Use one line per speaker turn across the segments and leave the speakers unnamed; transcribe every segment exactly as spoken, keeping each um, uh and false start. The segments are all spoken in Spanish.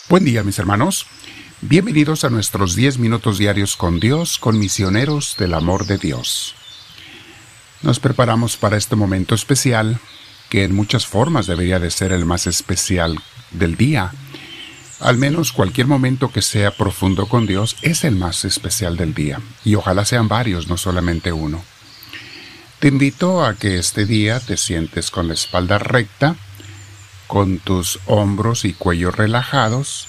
Buen día, mis hermanos. Bienvenidos a nuestros diez minutos diarios con Dios, con misioneros del amor de Dios. Nos preparamos para este momento especial, que en muchas formas debería de ser el más especial del día. Al menos cualquier momento que sea profundo con Dios es el más especial del día. Y ojalá sean varios, no solamente uno. Te invito a que este día te sientes con la espalda recta, con tus hombros y cuello relajados.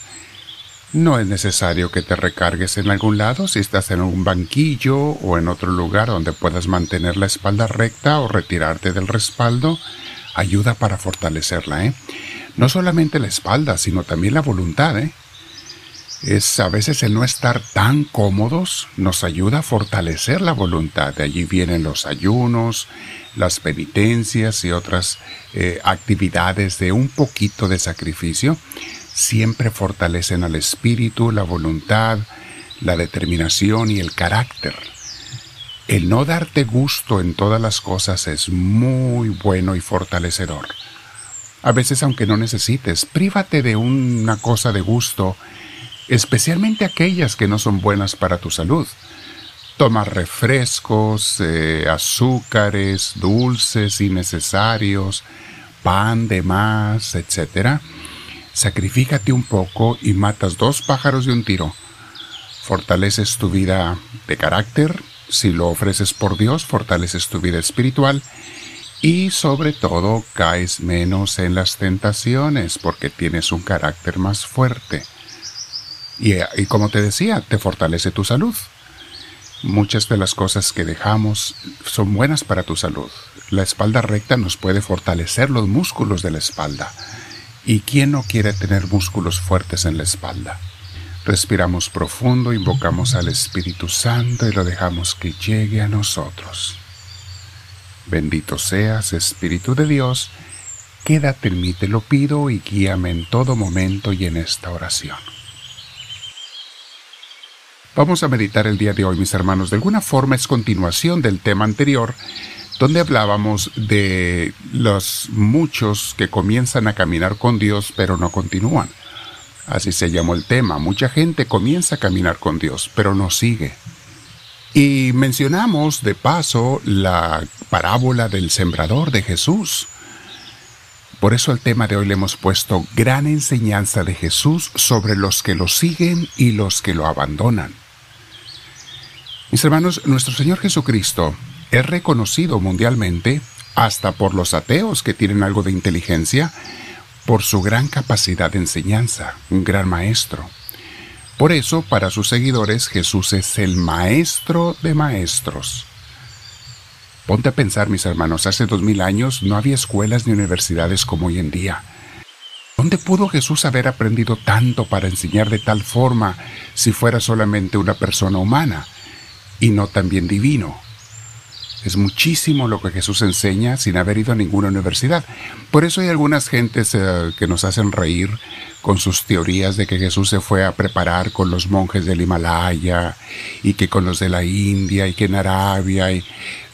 No es necesario que te recargues en algún lado si estás en un banquillo o en otro lugar donde puedas mantener la espalda recta o retirarte del respaldo. Ayuda para fortalecerla, ¿eh? No solamente la espalda, sino también la voluntad, ¿eh? Es a veces el no estar tan cómodos nos ayuda a fortalecer la voluntad. De allí vienen los ayunos, las penitencias y otras eh, actividades de un poquito de sacrificio. Siempre fortalecen al espíritu, la voluntad, la determinación y el carácter. El no darte gusto en todas las cosas es muy bueno y fortalecedor. A veces, aunque no necesites, prívate de una cosa de gusto, especialmente aquellas que no son buenas para tu salud. Toma refrescos, eh, azúcares, dulces innecesarios, pan de más, etcétera. Sacrifícate un poco y matas dos pájaros de un tiro. Fortaleces tu vida de carácter. Si lo ofreces por Dios, fortaleces tu vida espiritual. Y sobre todo, caes menos en las tentaciones porque tienes un carácter más fuerte. Y, y como te decía, te fortalece tu salud. Muchas de las cosas que dejamos son buenas para tu salud. La espalda recta nos puede fortalecer los músculos de la espalda. ¿Y quién no quiere tener músculos fuertes en la espalda? Respiramos profundo, invocamos al Espíritu Santo y lo dejamos que llegue a nosotros. Bendito seas, Espíritu de Dios, quédate en mí, te lo pido, y guíame en todo momento y en esta oración. Vamos a meditar el día de hoy, mis hermanos. De alguna forma es continuación del tema anterior, donde hablábamos de los muchos que comienzan a caminar con Dios, pero no continúan. Así se llamó el tema. Mucha gente comienza a caminar con Dios, pero no sigue. Y mencionamos, de paso, la parábola del sembrador de Jesús. Por eso el tema de hoy le hemos puesto gran enseñanza de Jesús sobre los que lo siguen y los que lo abandonan. Mis hermanos, nuestro Señor Jesucristo es reconocido mundialmente, hasta por los ateos que tienen algo de inteligencia, por su gran capacidad de enseñanza, un gran maestro. Por eso, para sus seguidores, Jesús es el maestro de maestros. Ponte a pensar, mis hermanos, hace dos mil años no había escuelas ni universidades como hoy en día. ¿Dónde pudo Jesús haber aprendido tanto para enseñar de tal forma si fuera solamente una persona humana y no también divino? Es muchísimo lo que Jesús enseña sin haber ido a ninguna universidad. Por eso hay algunas gentes eh, que nos hacen reír con sus teorías de que Jesús se fue a preparar con los monjes del Himalaya y que con los de la India y que en Arabia y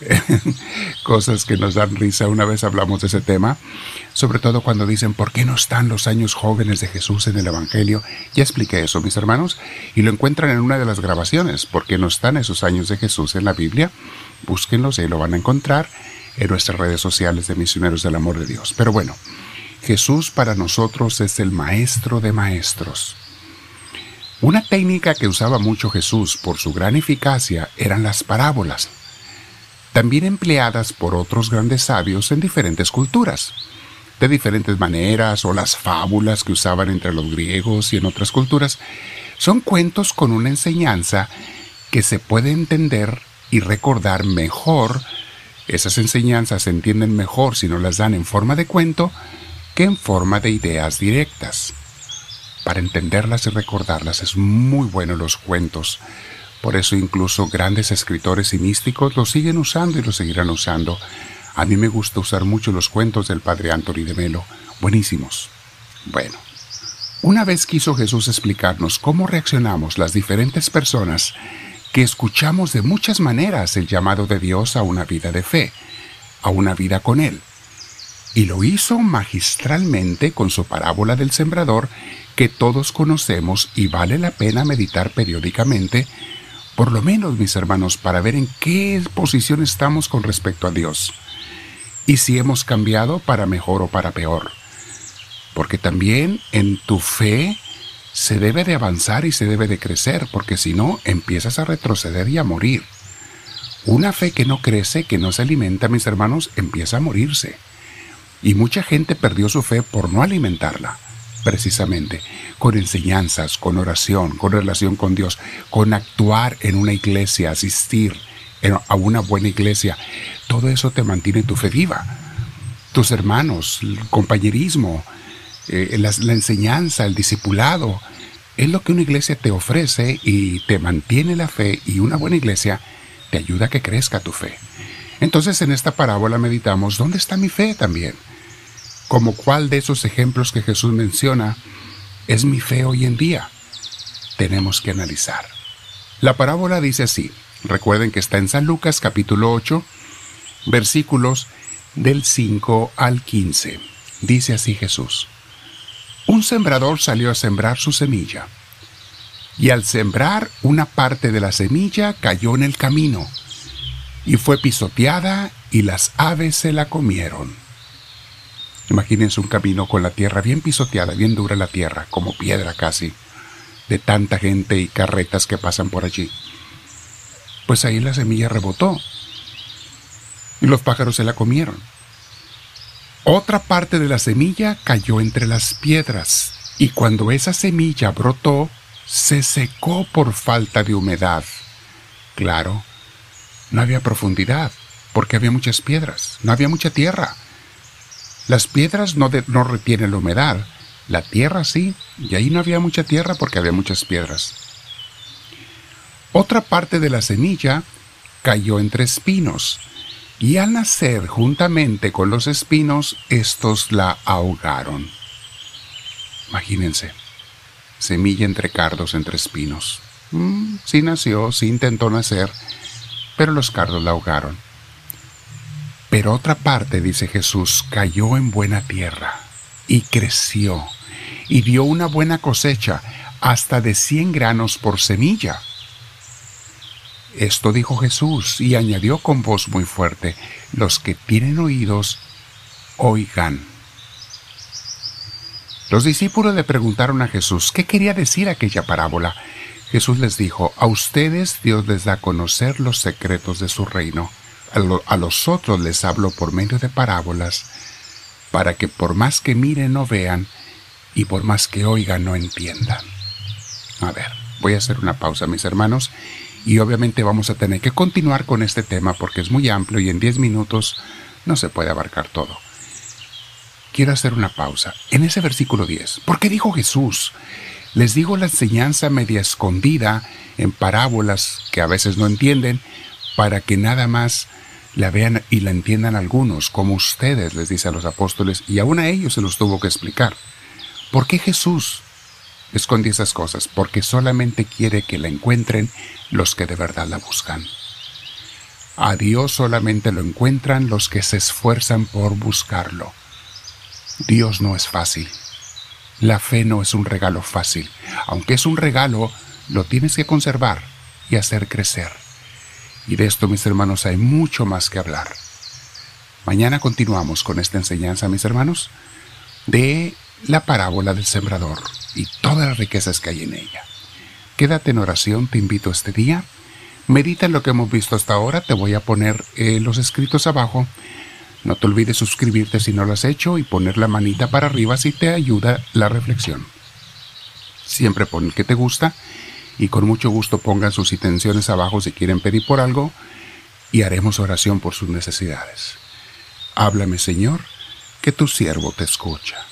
cosas que nos dan risa. Una vez hablamos de ese tema, sobre todo cuando dicen ¿por qué no están los años jóvenes de Jesús en el Evangelio? Ya expliqué eso, mis hermanos, y lo encuentran en una de las grabaciones. ¿Por qué no están esos años de Jesús en la Biblia? Búsquenlos y lo van a encontrar en nuestras redes sociales de Misioneros del Amor de Dios. Pero bueno, Jesús para nosotros es el maestro de maestros. Una técnica que usaba mucho Jesús por su gran eficacia eran las parábolas, también empleadas por otros grandes sabios en diferentes culturas, de diferentes maneras, o las fábulas que usaban entre los griegos y en otras culturas. Son cuentos con una enseñanza que se puede entender y recordar mejor. Esas enseñanzas se entienden mejor si no las dan en forma de cuento que en forma de ideas directas. Para entenderlas y recordarlas es muy bueno los cuentos. Por eso incluso grandes escritores y místicos los siguen usando y los seguirán usando. A mí me gusta usar mucho los cuentos del padre Anthony de Melo. Buenísimos. Bueno, una vez quiso Jesús explicarnos cómo reaccionamos las diferentes personas que escuchamos de muchas maneras el llamado de Dios a una vida de fe, a una vida con Él. Y lo hizo magistralmente con su parábola del sembrador, que todos conocemos y vale la pena meditar periódicamente, por lo menos, mis hermanos, para ver en qué posición estamos con respecto a Dios y si hemos cambiado para mejor o para peor. Porque también en tu fe se debe de avanzar y se debe de crecer, porque si no, empiezas a retroceder y a morir. Una fe que no crece, que no se alimenta, mis hermanos, empieza a morirse. Y mucha gente perdió su fe por no alimentarla, precisamente, con enseñanzas, con oración, con relación con Dios, con actuar en una iglesia, asistir a una buena iglesia. Todo eso te mantiene tu fe viva. Tus hermanos, el compañerismo, eh, la, la enseñanza, el discipulado, es lo que una iglesia te ofrece y te mantiene la fe, y una buena iglesia te ayuda a que crezca tu fe. Entonces, en esta parábola meditamos, ¿dónde está mi fe también? ¿Como cuál de esos ejemplos que Jesús menciona es mi fe hoy en día? Tenemos que analizar. La parábola dice así, recuerden que está en San Lucas capítulo ocho, versículos del cinco al quince. Dice así Jesús: un sembrador salió a sembrar su semilla, y al sembrar una parte de la semilla cayó en el camino, y fue pisoteada, y las aves se la comieron. Imagínense un camino con la tierra bien pisoteada, bien dura la tierra, como piedra casi, de tanta gente y carretas que pasan por allí. Pues ahí la semilla rebotó, y los pájaros se la comieron. Otra parte de la semilla cayó entre las piedras, y cuando esa semilla brotó, se secó por falta de humedad. Claro, no había profundidad, porque había muchas piedras, no había mucha tierra. Las piedras no, de, no retienen la humedad, la tierra sí, y ahí no había mucha tierra porque había muchas piedras. Otra parte de la semilla cayó entre espinos, y al nacer juntamente con los espinos, estos la ahogaron. Imagínense. Semilla entre cardos, entre espinos. Mm, sí nació, sí intentó nacer, pero los cardos la ahogaron. Pero otra parte, dice Jesús, cayó en buena tierra, y creció, y dio una buena cosecha, hasta de cien granos por semilla. Esto dijo Jesús, y añadió con voz muy fuerte: los que tienen oídos, oigan. Los discípulos le preguntaron a Jesús qué quería decir aquella parábola. Jesús les dijo: a ustedes Dios les da a conocer los secretos de su reino. A, lo, a los otros les hablo por medio de parábolas, para que por más que miren no vean, y por más que oigan no entiendan. A ver, voy a hacer una pausa, mis hermanos, y obviamente vamos a tener que continuar con este tema porque es muy amplio y en diez minutos no se puede abarcar todo. Quiero hacer una pausa. En ese versículo diez, ¿por qué dijo Jesús? Les digo la enseñanza media escondida en parábolas que a veces no entienden, para que nada más la vean y la entiendan algunos, como ustedes, les dice a los apóstoles, y aún a ellos se los tuvo que explicar. ¿Por qué Jesús esconde esas cosas? Porque solamente quiere que la encuentren los que de verdad la buscan. A Dios solamente lo encuentran los que se esfuerzan por buscarlo. Dios no es fácil. La fe no es un regalo fácil. Aunque es un regalo, lo tienes que conservar y hacer crecer. Y de esto, mis hermanos, hay mucho más que hablar. Mañana continuamos con esta enseñanza, mis hermanos, de la parábola del sembrador y todas las riquezas que hay en ella. Quédate en oración, te invito este día. Medita en lo que hemos visto hasta ahora. Te voy a poner eh, los escritos abajo. No te olvides suscribirte si no lo has hecho y poner la manita para arriba si te ayuda la reflexión. Siempre pon el que te gusta y con mucho gusto pongan sus intenciones abajo si quieren pedir por algo y haremos oración por sus necesidades. Háblame, Señor, que tu siervo te escucha.